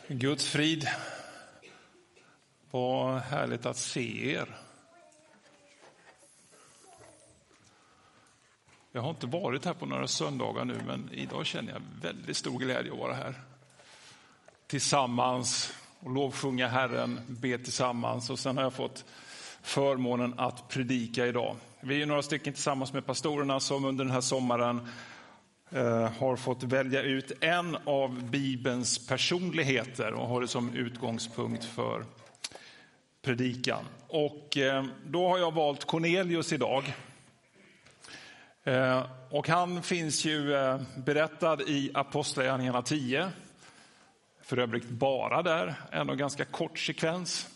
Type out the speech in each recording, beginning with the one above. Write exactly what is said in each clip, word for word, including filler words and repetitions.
Guds frid. Vad härligt att se er. Jag har inte varit här på några söndagar nu, men idag känner jag väldigt stor glädje att vara här. Tillsammans och lovsjunga Herren, be tillsammans, och sen har jag fått förmånen att predika idag. Vi är några stycken tillsammans med pastorerna som under den här sommaren eh, har fått välja ut en av Bibelns personligheter och har det som utgångspunkt för predikan. Och eh, då har jag valt Cornelius idag. Eh, och han finns ju eh, berättad i Apostlagärningarna tio. För övrigt bara där, en ganska kort sekvens.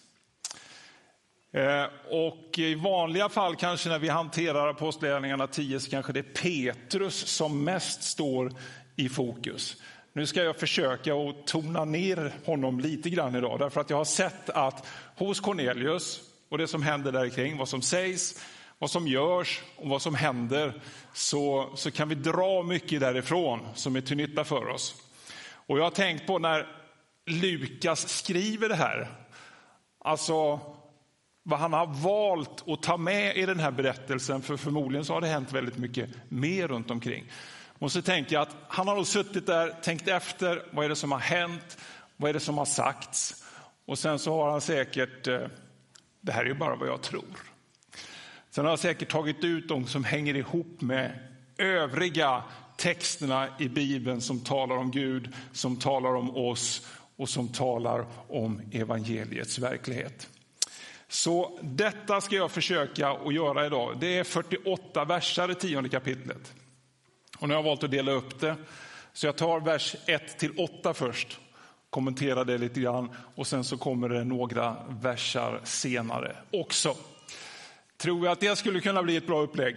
Eh, och i vanliga fall kanske när vi hanterar Apostlagärningarna tio så kanske det är Petrus som mest står i fokus. Nu ska jag försöka att tona ner honom lite grann idag, därför att jag har sett att hos Cornelius och det som händer där kring, vad som sägs, vad som görs och vad som händer, så, så kan vi dra mycket därifrån som är till nytta för oss. Och jag har tänkt på när Lukas skriver det här, alltså vad han har valt att ta med i den här berättelsen, för förmodligen så har det hänt väldigt mycket mer runt omkring. Och så tänker jag att han har nog suttit där, tänkt efter, vad är det som har hänt, vad är det som har sagts, och sen så har han säkert, det här är ju bara vad jag tror. Sen har han säkert tagit ut de som hänger ihop med övriga texterna i Bibeln som talar om Gud, som talar om oss och som talar om evangeliets verklighet. Så detta ska jag försöka att göra idag. Det är fyrtioåtta versar i tionde kapitlet. Och nu har jag valt att dela upp det. Så jag tar vers ett till åtta först, kommenterar det lite grann, och sen så kommer det några versar senare också. Tror jag att det skulle kunna bli ett bra upplägg?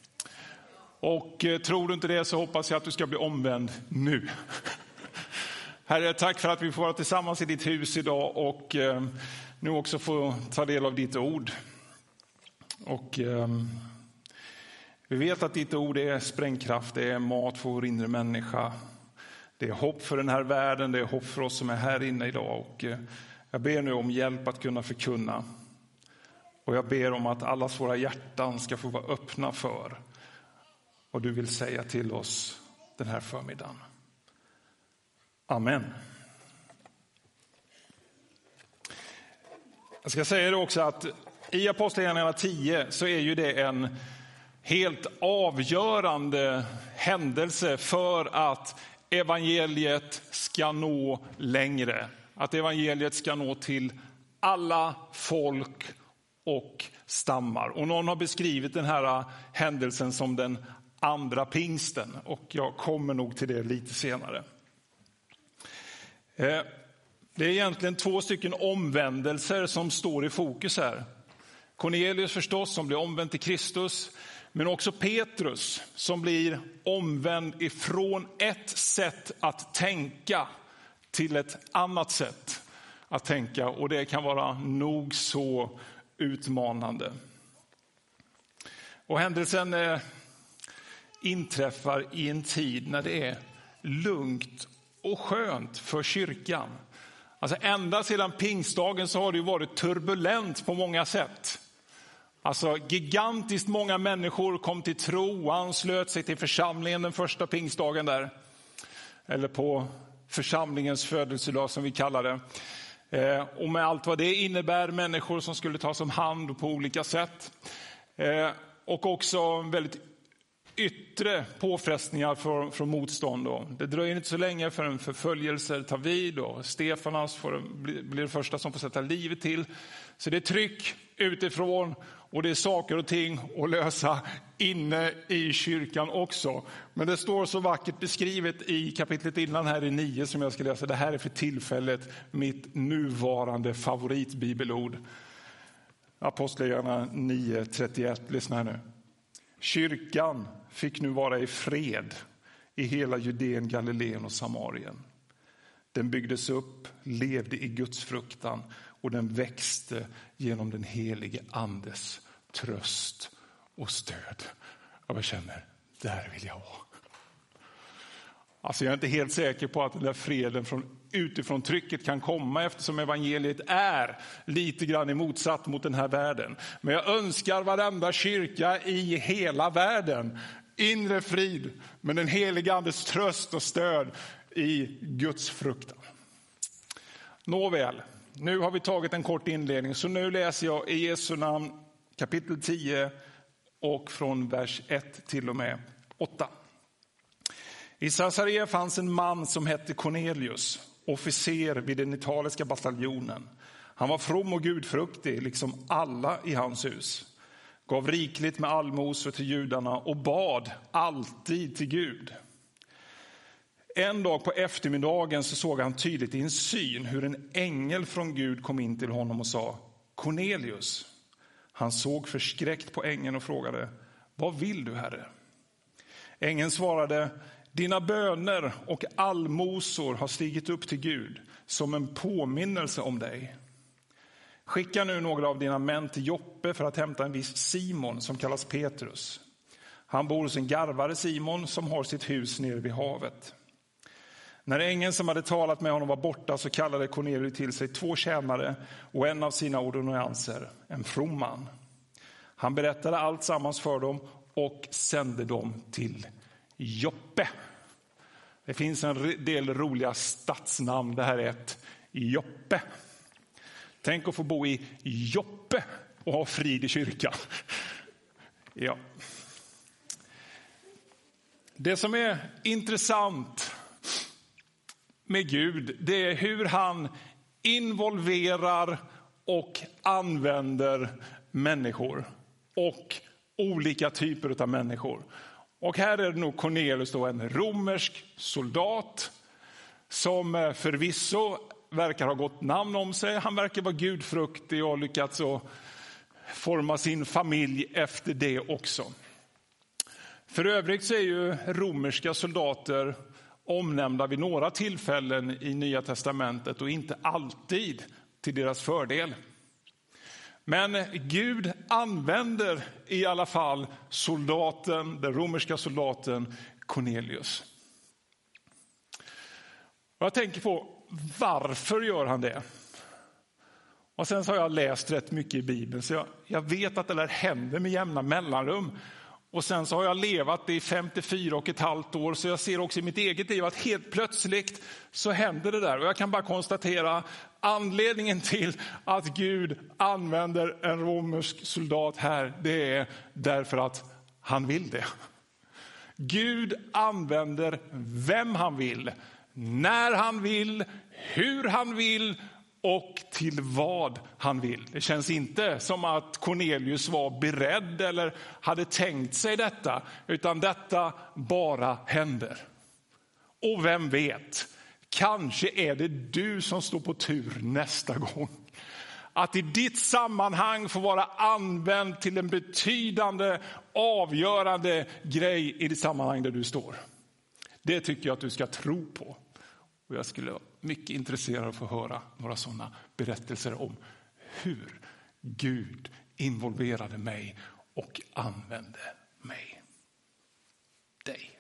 Och eh, tror du inte det, så hoppas jag att du ska bli omvänd nu. Herre, tack för att vi får vara tillsammans i ditt hus idag och eh, nu också få ta del av ditt ord. Och eh, vi vet att ditt ord är sprängkraft, det är mat för vår inre människa. Det är hopp för den här världen, det är hopp för oss som är här inne idag. Och eh, jag ber nu om hjälp att kunna förkunna. Och jag ber om att allas våra hjärtan ska få vara öppna för vad du vill säga till oss den här förmiddagen. Amen. Jag ska säga det också att i Apostlagärningarna tio så är ju det en helt avgörande händelse för att evangeliet ska nå längre. Att evangeliet ska nå till alla folk och stammar. Och någon har beskrivit den här händelsen som den andra pingsten. Och jag kommer nog till det lite senare. Det är egentligen två stycken omvändelser som står i fokus här. Cornelius förstås, som blir omvänd till Kristus. Men också Petrus som blir omvänd ifrån ett sätt att tänka till ett annat sätt att tänka. Och det kan vara nog så utmanande. Och händelsen eh, inträffar i en tid när det är lugnt och skönt för kyrkan. Alltså ända sedan pingstdagen så har det ju varit turbulent på många sätt. Alltså gigantiskt många människor kom till tro och anslöt sig till församlingen den första pingstdagen där. Eller på församlingens födelsedag som vi kallar det. Eh, och med allt vad det innebär, människor som skulle tas om hand på olika sätt. Eh, och också väldigt yttre påfrestningar från, från motstånd. Då. Det dröjer inte så länge förrän förföljelser tar vid och Stefanas får, blir, blir det första som får sätta livet till. Så det är tryck utifrån och det är saker och ting att lösa inne i kyrkan också. Men det står så vackert beskrivet i kapitlet innan här i nio som jag ska läsa. Det här är för tillfället mitt nuvarande favoritbibelord. Apostlagärningarna nio trettioett, lyssna här nu. Kyrkan fick nu vara i fred i hela Judeen, Galileen och Samarien. Den byggdes upp, levde i Guds fruktan och den växte genom den helige andes tröst och stöd. Jag känner, där vill jag vara. Alltså jag är inte helt säker på att den där freden från utifrån trycket kan komma, eftersom evangeliet är lite grann emotsatt mot den här världen. Men jag önskar varenda kyrka i hela världen inre frid, men den helige andes tröst och stöd i Guds fruktan. Nåväl, nu har vi tagit en kort inledning, så nu läser jag i Jesu namn kapitel tio och från vers ett till och med åtta. I Caesarea fanns en man som hette Cornelius, officer vid den italiska bataljonen. Han var from och gudfruktig, liksom alla i hans hus. Gav rikligt med allmosor till judarna och bad alltid till Gud. En dag på eftermiddagen så såg han tydligt i en syn hur en ängel från Gud kom in till honom och sa: Cornelius. Han såg förskräckt på ängeln och frågade: vad vill du, Herre? Ängeln svarade: dina böner och allmosor har stigit upp till Gud som en påminnelse om dig. Skicka nu några av dina män till Joppe för att hämta en viss Simon som kallas Petrus. Han bor hos en garvare Simon som har sitt hus nere vid havet. När ängeln som hade talat med honom var borta så kallade Cornelius till sig två tjänare och en av sina ordonnanser, en from man. Han berättade allt sammans för dem och sände dem till Joppe. Det finns en del roliga stadsnamn. Det här är ett Joppe. Tänk att få bo i Joppe och ha frid i kyrkan. Ja. Det som är intressant med Gud, det är hur han involverar och använder människor och olika typer av människor. Och här är det nog Cornelius då, en romersk soldat som förvisso verkar ha gott namn om sig. Han verkar vara gudfruktig och lyckats att forma sin familj efter det också. För övrigt så är ju romerska soldater omnämnda vid några tillfällen i Nya testamentet och inte alltid till deras fördel. Men Gud använder i alla fall soldaten, den romerska soldaten Cornelius. Och jag tänker på, varför gör han det? Och sen så har jag läst rätt mycket i Bibeln, så jag, jag vet att det där händer med jämna mellanrum. Och sen så har jag levat i femtiofyra och ett halvt år, så jag ser också i mitt eget liv att helt plötsligt så händer det där. Och jag kan bara konstatera anledningen till att Gud använder en romersk soldat här, det är därför att han vill det. Gud använder vem han vill, när han vill, hur han vill och till vad han vill. Det känns inte som att Cornelius var beredd eller hade tänkt sig detta, utan detta bara händer. Och vem vet, kanske är det du som står på tur nästa gång. Att i ditt sammanhang få vara använd till en betydande, avgörande grej i det sammanhang där du står. Det tycker jag att du ska tro på. Och jag skulle vara mycket intresserad av att få höra några sådana berättelser om hur Gud involverade mig och använde mig. Dig.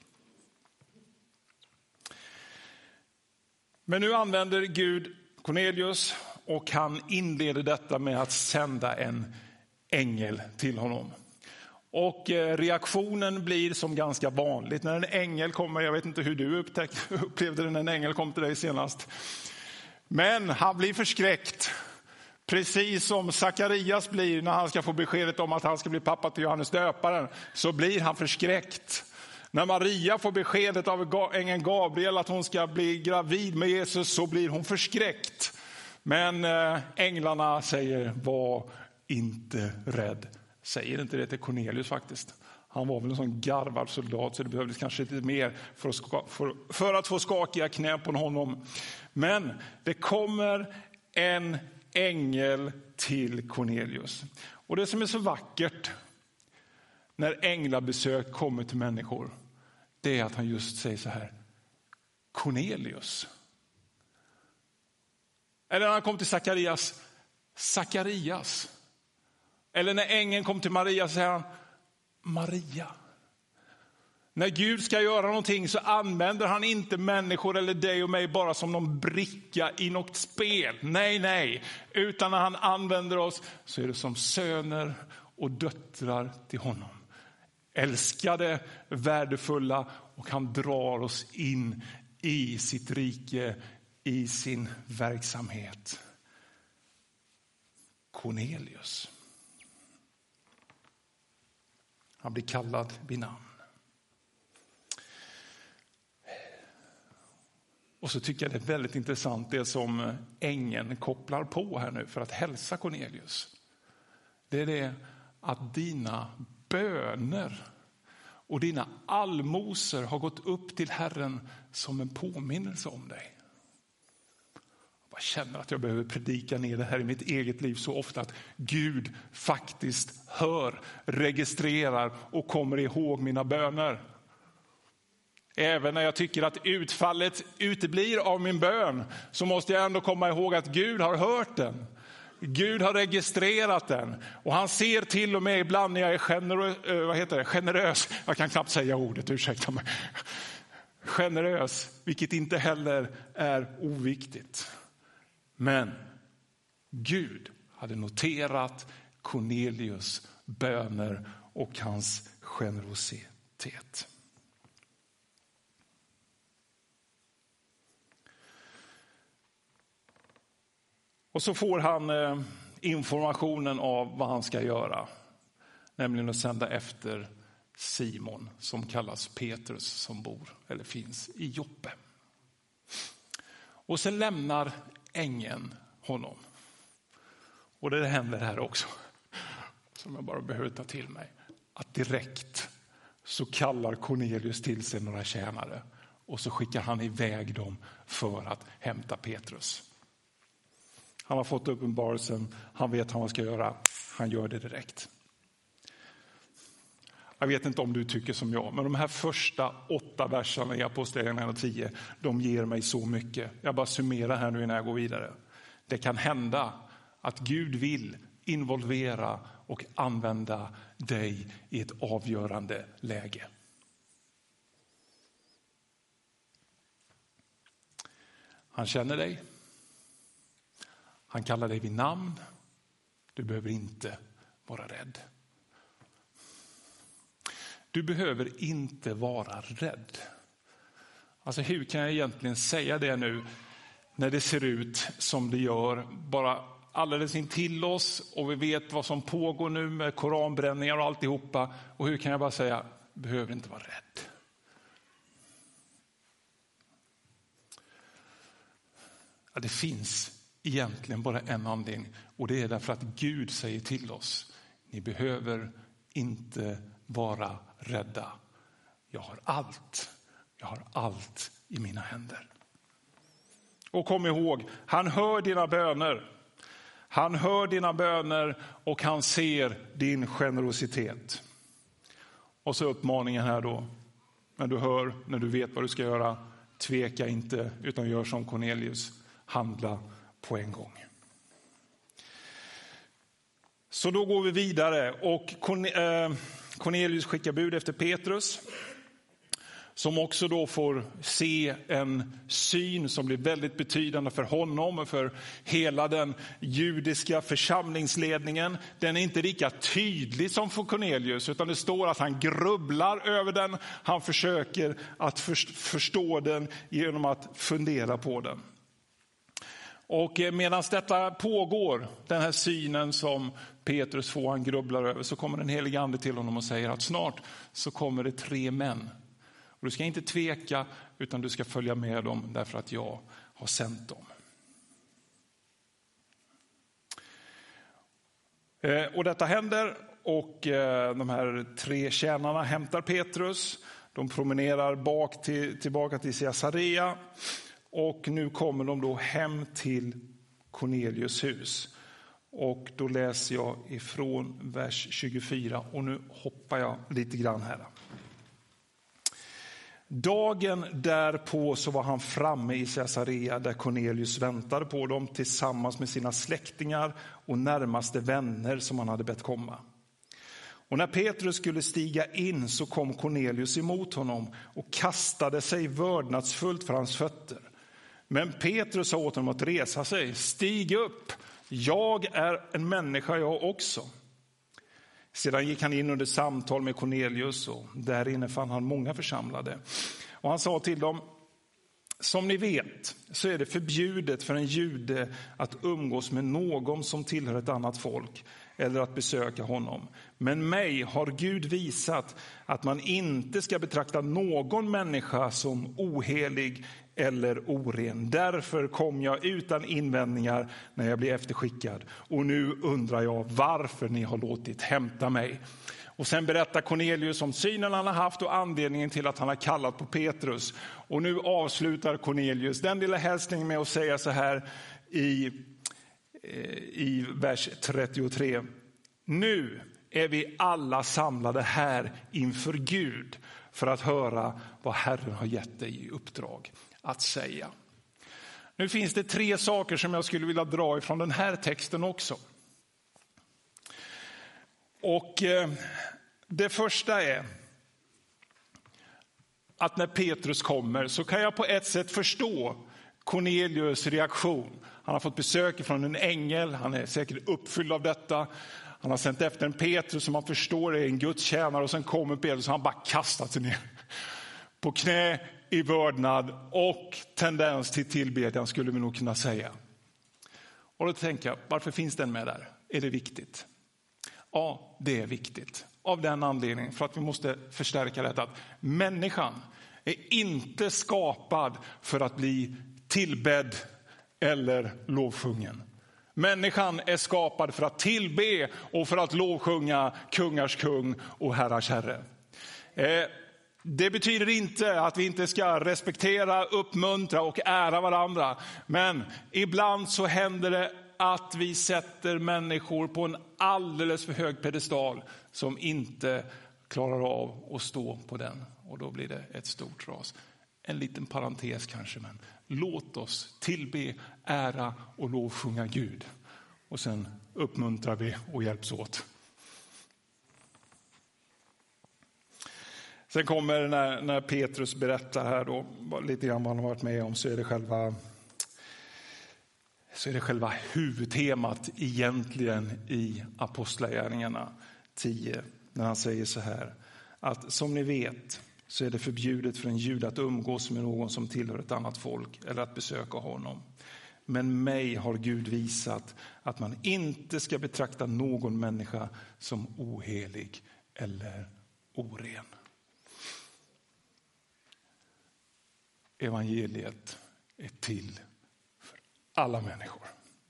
Men nu använder Gud Cornelius och han inleder detta med att sända en ängel till honom. Och reaktionen blir som ganska vanligt när en ängel kommer. Jag vet inte hur du upptäckte, upplevde det när en ängel kom till dig senast. Men han blir förskräckt. Precis som Sakarias blir när han ska få beskedet om att han ska bli pappa till Johannes döparen, så blir han förskräckt. När Maria får beskedet av ängeln Gabriel att hon ska bli gravid med Jesus, så blir hon förskräckt. Men änglarna säger: var inte rädd. Säger inte det till Cornelius faktiskt. Han var väl en sån garvad soldat, så det behövdes kanske lite mer för att, ska, för, för att få skakiga knä på honom. Men det kommer en ängel till Cornelius. Och det som är så vackert när änglabesök kommer till människor, det är att han just säger så här: Cornelius. Eller när han kom till Sakarias, Sakarias. Eller när ängeln kom till Maria så säger han: Maria. När Gud ska göra någonting så använder han inte människor eller dig och mig bara som någon bricka i något spel. Nej, nej. Utan när han använder oss så är det som söner och döttrar till honom. Älskade, värdefulla, och han drar oss in i sitt rike, i sin verksamhet. Cornelius. Han blir kallad vid namn. Och så tycker jag det är väldigt intressant det som ängeln kopplar på här nu för att hälsa Cornelius. Det är det att dina böner och dina allmosor har gått upp till Herren som en påminnelse om dig. Jag känner att jag behöver predika ner det här i mitt eget liv så ofta att Gud faktiskt hör, registrerar och kommer ihåg mina böner. Även när jag tycker att utfallet uteblir av min bön så måste jag ändå komma ihåg att Gud har hört den. Gud har registrerat den och han ser till och med ibland när jag är generös, vad heter det? generös. Jag kan knappt säga ordet, ursäkta mig. Generös, vilket inte heller är oviktigt. Men Gud hade noterat Cornelius böner och hans generositet. Och så får han eh, informationen av vad han ska göra. Nämligen att sända efter Simon som kallas Petrus som bor eller finns i Joppe. Och sen lämnar ängeln honom. Och det händer här också. Som jag bara behöver ta till mig. Att direkt så kallar Cornelius till sig några tjänare. Och så skickar han iväg dem för att hämta Petrus. Han har fått uppenbarelsen, han vet vad han ska göra, han gör det direkt. Jag vet inte om du tycker som jag, men de här första åtta verserna i Apostlagärningarna tio, de ger mig så mycket. Jag bara summerar här nu innan jag går vidare. Det kan hända att Gud vill involvera och använda dig i ett avgörande läge. Han känner dig. Han kallar dig vid namn. Du behöver inte vara rädd. Du behöver inte vara rädd. Alltså hur kan jag egentligen säga det nu när det ser ut som det gör bara alldeles intill oss och vi vet vad som pågår nu med koranbränningar och alltihopa. Och hur kan jag bara säga, behöver inte vara rädd. Ja, det finns egentligen bara en anledning och det är därför att Gud säger till oss, ni behöver inte vara rädda. Jag har allt. Jag har allt i mina händer. Och kom ihåg, han hör dina böner. Han hör dina böner och han ser din generositet. Och så uppmaningen här då. När du hör, när du vet vad du ska göra, tveka inte utan gör som Cornelius. Handla på en gång. Så då går vi vidare och Cornelius skickar bud efter Petrus. Som också då får se en syn som blir väldigt betydande för honom och för hela den judiska församlingsledningen. Den är inte lika tydlig som för Cornelius utan det står att han grubblar över den. Han försöker att förstå den genom att fundera på den. Och medan detta pågår, den här synen som Petrus får, han grubblar över, så kommer den helige ande till honom och säger att snart så kommer det tre män. Och du ska inte tveka utan du ska följa med dem därför att jag har sänt dem. Och detta händer och de här tre tjänarna hämtar Petrus. De promenerar bak till, tillbaka till Caesarea. Och nu kommer de då hem till Cornelius hus. Och då läser jag ifrån vers tjugofyra och nu hoppar jag lite grann här. Dagen därpå så var han framme i Caesarea där Cornelius väntade på dem tillsammans med sina släktingar och närmaste vänner som han hade bett komma. Och när Petrus skulle stiga in så kom Cornelius emot honom och kastade sig vördnadsfullt för hans fötter. Men Petrus sa åt honom att resa sig. Stig upp, jag är en människa jag också. Sedan gick han in under samtal med Cornelius och där inne fann han många församlade. Och han sa till dem, som ni vet så är det förbjudet för en jude att umgås med någon som tillhör ett annat folk eller att besöka honom. Men mig har Gud visat att man inte ska betrakta någon människa som ohelig eller oren. Därför kom jag utan invändningar när jag blev efterskickad. Och nu undrar jag varför ni har låtit hämta mig. Och sen berättar Cornelius om synen han har haft och anledningen till att han har kallat på Petrus. Och nu avslutar Cornelius den lilla hälsningen med att säga så här i, i vers trettiotre. Nu är vi alla samlade här inför Gud för att höra vad Herren har gett dig i uppdrag att säga. Nu finns det tre saker som jag skulle vilja dra ifrån den här texten också. Och eh, det första är att när Petrus kommer så kan jag på ett sätt förstå Cornelius reaktion. Han har fått besök från en ängel, han är säkert uppfylld av detta. Han har sänt efter en Petrus som man förstår är en Guds tjänare och sen kommer Petrus och han bara kastat sig ner på knä i vördnad och tendens till tillbedjan skulle vi nog kunna säga. Och då tänker jag, varför finns den med där? Är det viktigt? Ja, det är viktigt. Av den anledningen, för att vi måste förstärka detta, att människan är inte skapad för att bli tillbedd eller lovsjungen. Människan är skapad för att tillbe och för att lovsjunga kungars kung och herrars herre. Eh, det betyder inte att vi inte ska respektera, uppmuntra och ära varandra. Men ibland så händer det att vi sätter människor på en alldeles för hög pedestal som inte klarar av att stå på den. Och då blir det ett stort ras. En liten parentes kanske, men låt oss tillbe, ära och lovsjunga Gud. Och sen uppmuntrar vi och hjälps åt. Sen kommer när, när Petrus berättar här då, lite grann vad han har varit med om, så är det själva, så är det själva huvudtemat egentligen i Apostlagärningarna tio. När han säger så här, att som ni vet så är det förbjudet för en jude att umgås med någon som tillhör ett annat folk eller att besöka honom. Men mig har Gud visat att man inte ska betrakta någon människa som ohelig eller oren. Evangeliet är till för alla människor.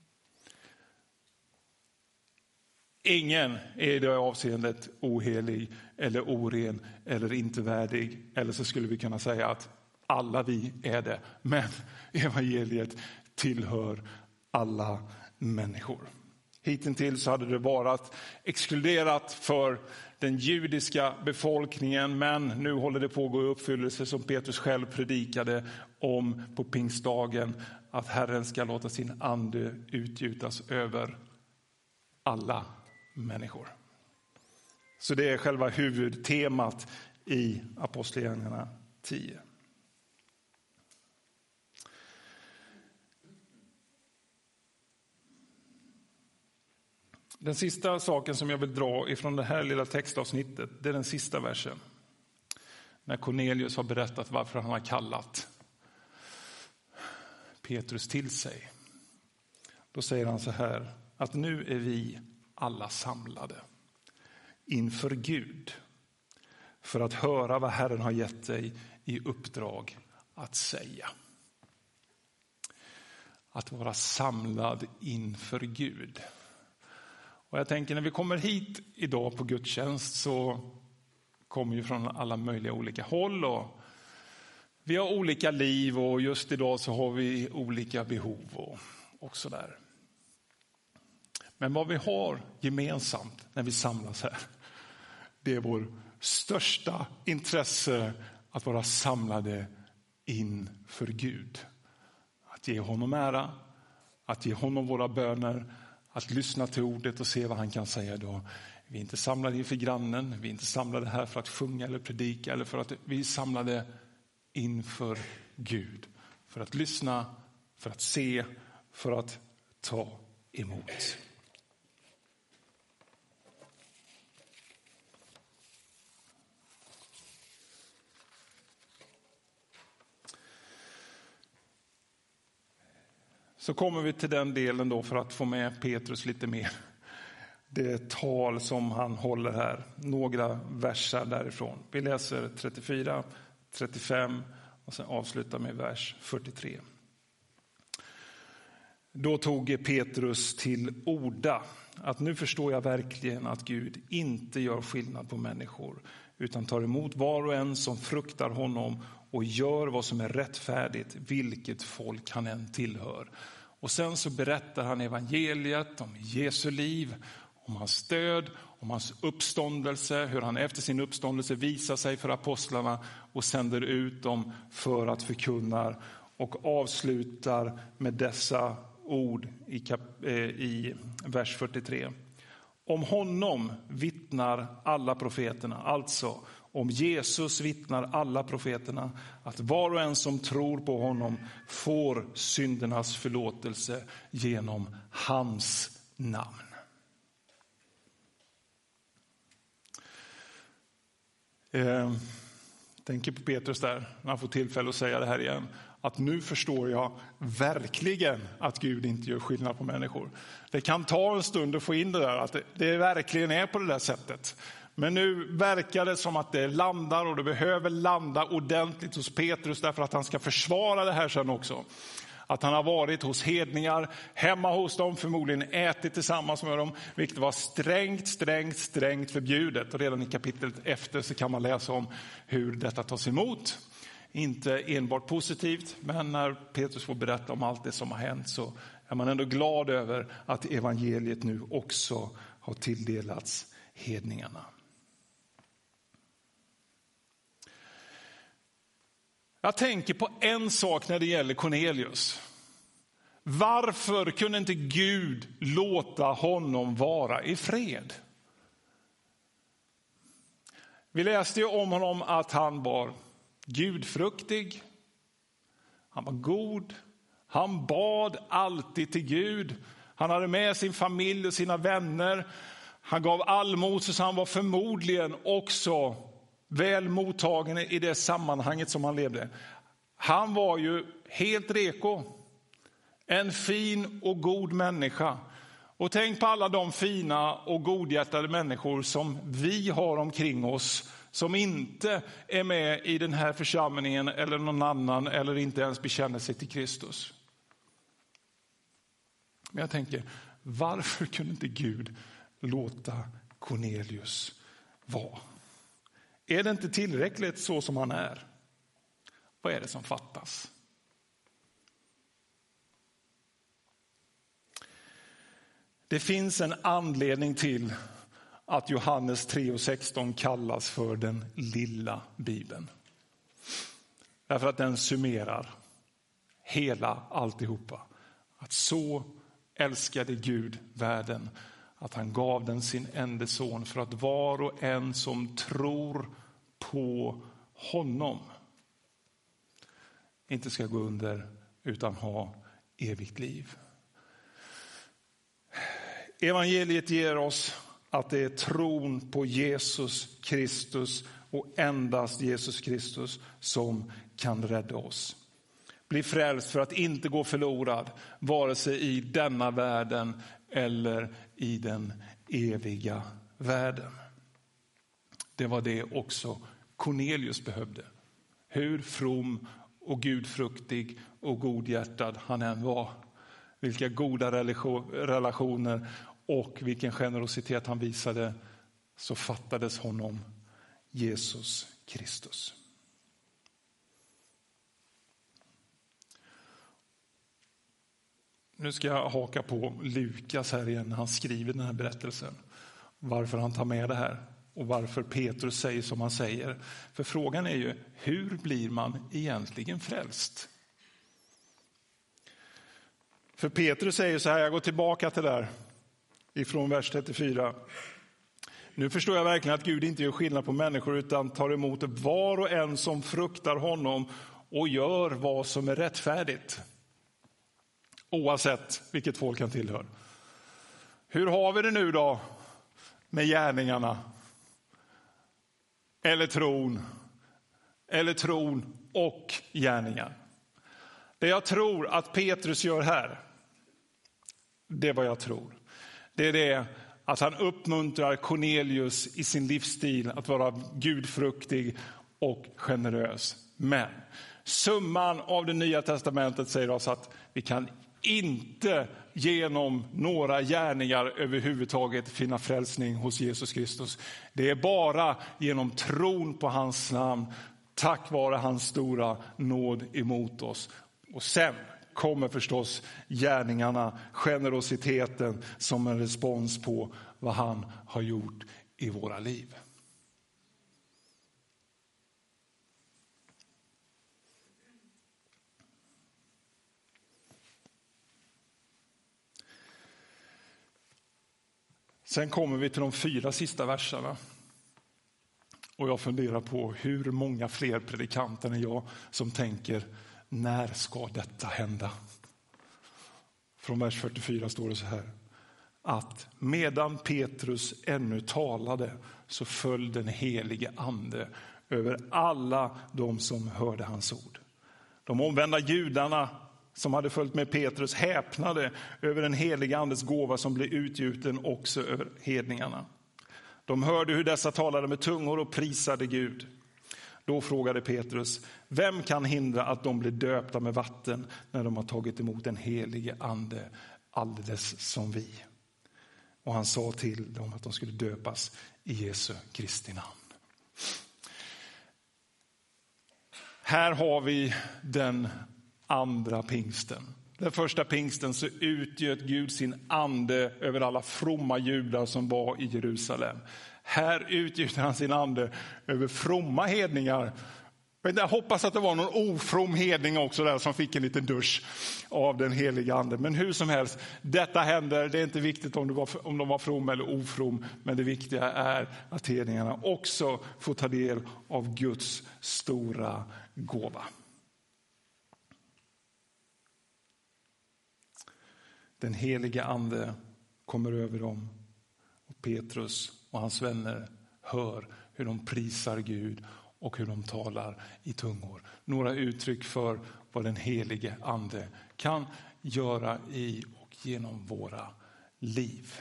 Ingen är i det avseendet ohelig eller oren eller inte värdig. Eller så skulle vi kunna säga att alla vi är det. Men evangeliet tillhör alla människor. Hittills hade det varit exkluderat för den judiska befolkningen, men nu håller det på att gå i uppfyllelse som Petrus själv predikade om på pingstdagen, att Herren ska låta sin ande utgjutas över alla människor. Så det är själva huvudtemat i Apostlagärningarna tio. Den sista saken som jag vill dra ifrån det här lilla textavsnittet, det är den sista versen. När Cornelius har berättat varför han har kallat Petrus till sig. Då säger han så här, att nu är vi alla samlade inför Gud för att höra vad Herren har gett dig i uppdrag att säga. Att vara samlad inför Gud. Och jag tänker när vi kommer hit idag på gudstjänst så kommer vi från alla möjliga olika håll och vi har olika liv och just idag så har vi olika behov och, och sådär. Men vad vi har gemensamt när vi samlas här, det är vår största intresse att vara samlade inför Gud. Att ge honom ära, att ge honom våra böner, att lyssna till ordet och se vad han kan säga då. Vi är inte samlade inför grannen, vi är inte samlade här för att sjunga eller predika, eller för att vi är samlade inför Gud. För att lyssna, för att se, för att ta emot. Så kommer vi till den delen då för att få med Petrus lite mer. Det tal som han håller här. Några verser därifrån. Vi läser trettiofyra, trettiofem och sen avslutar med vers fyrtiotre. Då tog Petrus till orda att nu förstår jag verkligen att Gud inte gör skillnad på människor utan tar emot var och en som fruktar honom och gör vad som är rättfärdigt, vilket folk han än tillhör. Och sen så berättar han evangeliet om Jesu liv, om hans stöd, om hans uppståndelse, hur han efter sin uppståndelse visar sig för apostlarna och sänder ut dem för att förkunna, och avslutar med dessa ord i, kap- i vers fyrtiotre. Om honom vittnar alla profeterna, alltså om Jesus vittnar alla profeterna att var och en som tror på honom får syndernas förlåtelse genom hans namn. Eh, tänker på Petrus där när han får tillfälle att säga det här igen. Att nu förstår jag verkligen att Gud inte gör skillnad på människor. Det kan ta en stund att få in det där, att det, det verkligen är på det där sättet. Men nu verkar det som att det landar, och det behöver landa ordentligt hos Petrus därför att han ska försvara det här sen också. Att han har varit hos hedningar, hemma hos dem, förmodligen ätit tillsammans med dem, vilket var strängt, strängt, strängt förbjudet. Och redan i kapitlet efter så kan man läsa om hur detta tas emot. Inte enbart positivt, men när Petrus får berätta om allt det som har hänt så är man ändå glad över att evangeliet nu också har tilldelats hedningarna. Jag tänker på en sak när det gäller Cornelius. Varför kunde inte Gud låta honom vara i fred? Vi läste ju om honom att han var gudfruktig, han var god, han bad alltid till Gud, han hade med sin familj och sina vänner, han gav allmosor, så han var förmodligen också väl mottagen i det sammanhanget som han levde. Han var ju helt reko, en fin och god människa. Och tänk på alla de fina och godhjärtade människor som vi har omkring oss, som inte är med i den här församlingen eller någon annan, eller inte ens bekänner sig till Kristus. Men jag tänker, varför kunde inte Gud låta Cornelius vara? Är det inte tillräckligt så som han är? Vad är det som fattas? Det finns en anledning till att Johannes tre och sexton kallas för den lilla Bibeln. Därför att den summerar hela alltihopa. Att så älskade Gud världen att han gav den sin enda son för att var och en som tror på honom inte ska gå under utan ha evigt liv. Evangeliet ger oss att det är tron på Jesus Kristus och endast Jesus Kristus som kan rädda oss. Bli frälst för att inte gå förlorad, vare sig i denna världen eller i den eviga världen. Det var det också Cornelius behövde. Hur from och gudfruktig och godhjärtad han än var. Vilka goda relationer och vilken generositet han visade, så fattades honom Jesus Kristus. Nu ska jag haka på Lukas här igen när han skriver den här berättelsen. Varför han tar med det här och varför Petrus säger som han säger. För frågan är ju, hur blir man egentligen frälst? För Petrus säger så här, jag går tillbaka till där ifrån vers trettiofyra. Nu förstår jag verkligen att Gud inte gör skillnad på människor utan tar emot var och en som fruktar honom och gör vad som är rättfärdigt. Oavsett vilket folk han tillhör. Hur har vi det nu då med gärningarna? Eller tron? Eller tron och gärningar? Det jag tror att Petrus gör här, det är vad jag tror. Det är det att han uppmuntrar Cornelius i sin livsstil att vara gudfruktig och generös. Men summan av det nya testamentet säger oss att vi kan inte genom några gärningar överhuvudtaget finna frälsning hos Jesus Kristus. Det är bara genom tron på hans namn, tack vare hans stora nåd emot oss. Och sen kommer förstås gärningarna, generositeten som en respons på vad han har gjort i våra liv. Sen kommer vi till de fyra sista verserna. Och jag funderar på hur många fler predikanter än jag som tänker, när ska detta hända? Från vers fyrtiofyra står det så här. Att medan Petrus ännu talade så föll den helige ande över alla de som hörde hans ord. De omvända judarna som hade följt med Petrus häpnade över den heliga andes gåva som blev utgjuten också över hedningarna. De hörde hur dessa talade med tungor och prisade Gud. Då frågade Petrus, vem kan hindra att de blir döpta med vatten när de har tagit emot den helige ande alldeles som vi? Och han sa till dem att de skulle döpas i Jesu Kristi namn. Här har vi den andra pingsten. Den första pingsten så utgöt Gud sin ande över alla fromma judar som var i Jerusalem. Här utgjuter han sin ande över fromma hedningar. Jag hoppas att det var någon ofrom hedning också där som fick en liten dusch av den heliga ande. Men hur som helst, detta händer. Det är inte viktigt om, det var, om de var from eller ofrom. Men det viktiga är att hedningarna också får ta del av Guds stora gåva. Den heliga ande kommer över dem och Petrus och hans vänner hör hur de prisar Gud och hur de talar i tungor. Några uttryck för vad den helige ande kan göra i och genom våra liv.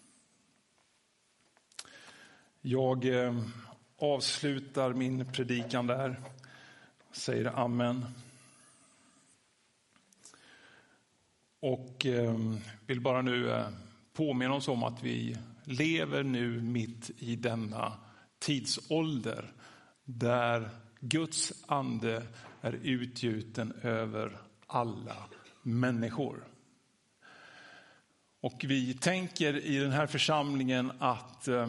Jag eh, avslutar min predikan där. Säger amen. Och eh, vill bara nu eh, påminna oss om att vi lever nu mitt i denna tidsålder där Guds ande är utgjuten över alla människor. Och vi tänker i den här församlingen att, eh,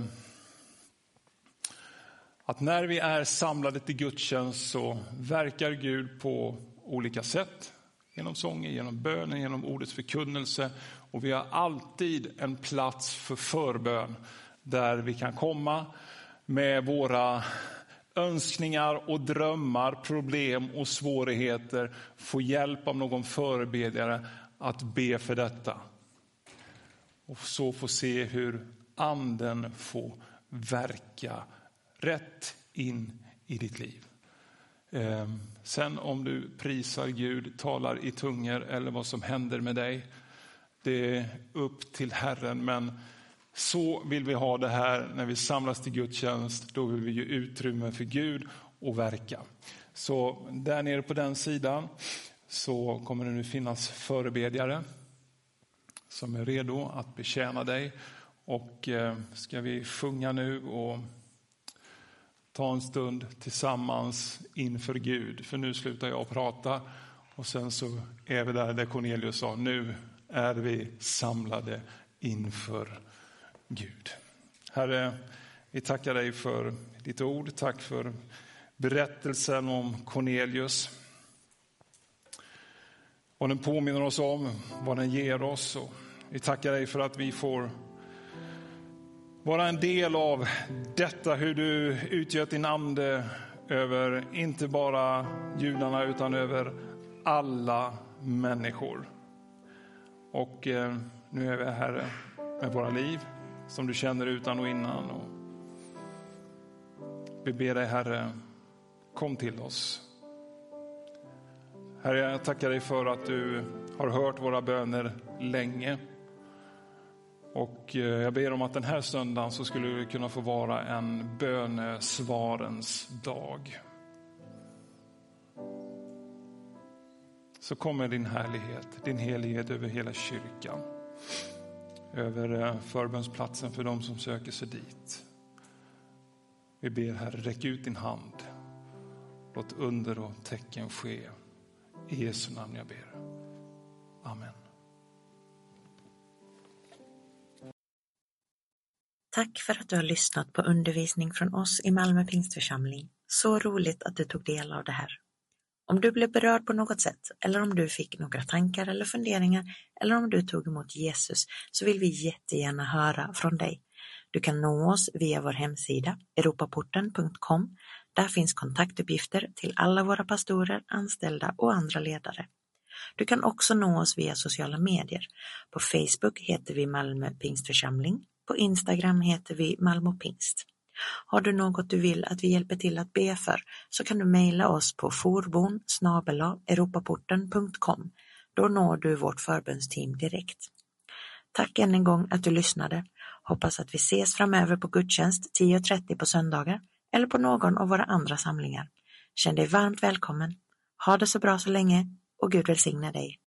att när vi är samlade till gudstjänst så verkar Gud på olika sätt. Genom sången, genom bönen, genom ordets förkunnelse. Och vi har alltid en plats för förbön där vi kan komma med våra önskningar och drömmar, problem och svårigheter. Få hjälp av någon förebedjare att be för detta. Och så få se hur anden får verka rätt in i ditt liv. Sen om du prisar Gud, talar i tungor eller vad som händer med dig, det är upp till Herren. Men så vill vi ha det här när vi samlas till gudstjänst. Då vill vi ge utrymme för Gud och verka. Så där nere på den sidan så kommer det nu finnas förebedjare som är redo att betjäna dig. Och ska vi sjunga nu och ta en stund tillsammans inför Gud. För nu slutar jag prata och sen så är vi där där Cornelius sa, nu är vi samlade inför Gud. Herre, vi tackar dig för ditt ord. Tack för berättelsen om Cornelius. Vad den påminner oss om, vad den ger oss. Och vi tackar dig för att vi får vara en del av detta, hur du utgör din ande över inte bara judarna utan över alla människor. Och eh, nu är vi här med våra liv som du känner utan och innan. Och vi ber dig, Herre, kom till oss. Herre, jag tackar dig för att du har hört våra böner länge. Och jag ber om att den här söndagen så skulle det kunna få vara en bönesvarens dag. Så kommer din härlighet, din helighet över hela kyrkan. Över förbönsplatsen för de som söker sig dit. Vi ber, Herre, räck ut din hand. Låt under och tecken ske. I Jesu namn jag ber. Amen. Tack för att du har lyssnat på undervisning från oss i Malmö Pingstförsamling. Så roligt att du tog del av det här. Om du blev berörd på något sätt, eller om du fick några tankar eller funderingar, eller om du tog emot Jesus, så vill vi jättegärna höra från dig. Du kan nå oss via vår hemsida europaporten punkt com. Där finns kontaktuppgifter till alla våra pastorer, anställda och andra ledare. Du kan också nå oss via sociala medier. På Facebook heter vi Malmö Pingstförsamling. På Instagram heter vi Malmö Pingst. Har du något du vill att vi hjälper till att be för, så kan du mejla oss på forbon snabel-a europaporten punkt com. Då når du vårt förbönsteam direkt. Tack än en gång att du lyssnade. Hoppas att vi ses framöver på gudstjänst tio och trettio på söndagar eller på någon av våra andra samlingar. Känn dig varmt välkommen. Ha det så bra så länge och Gud välsigne dig.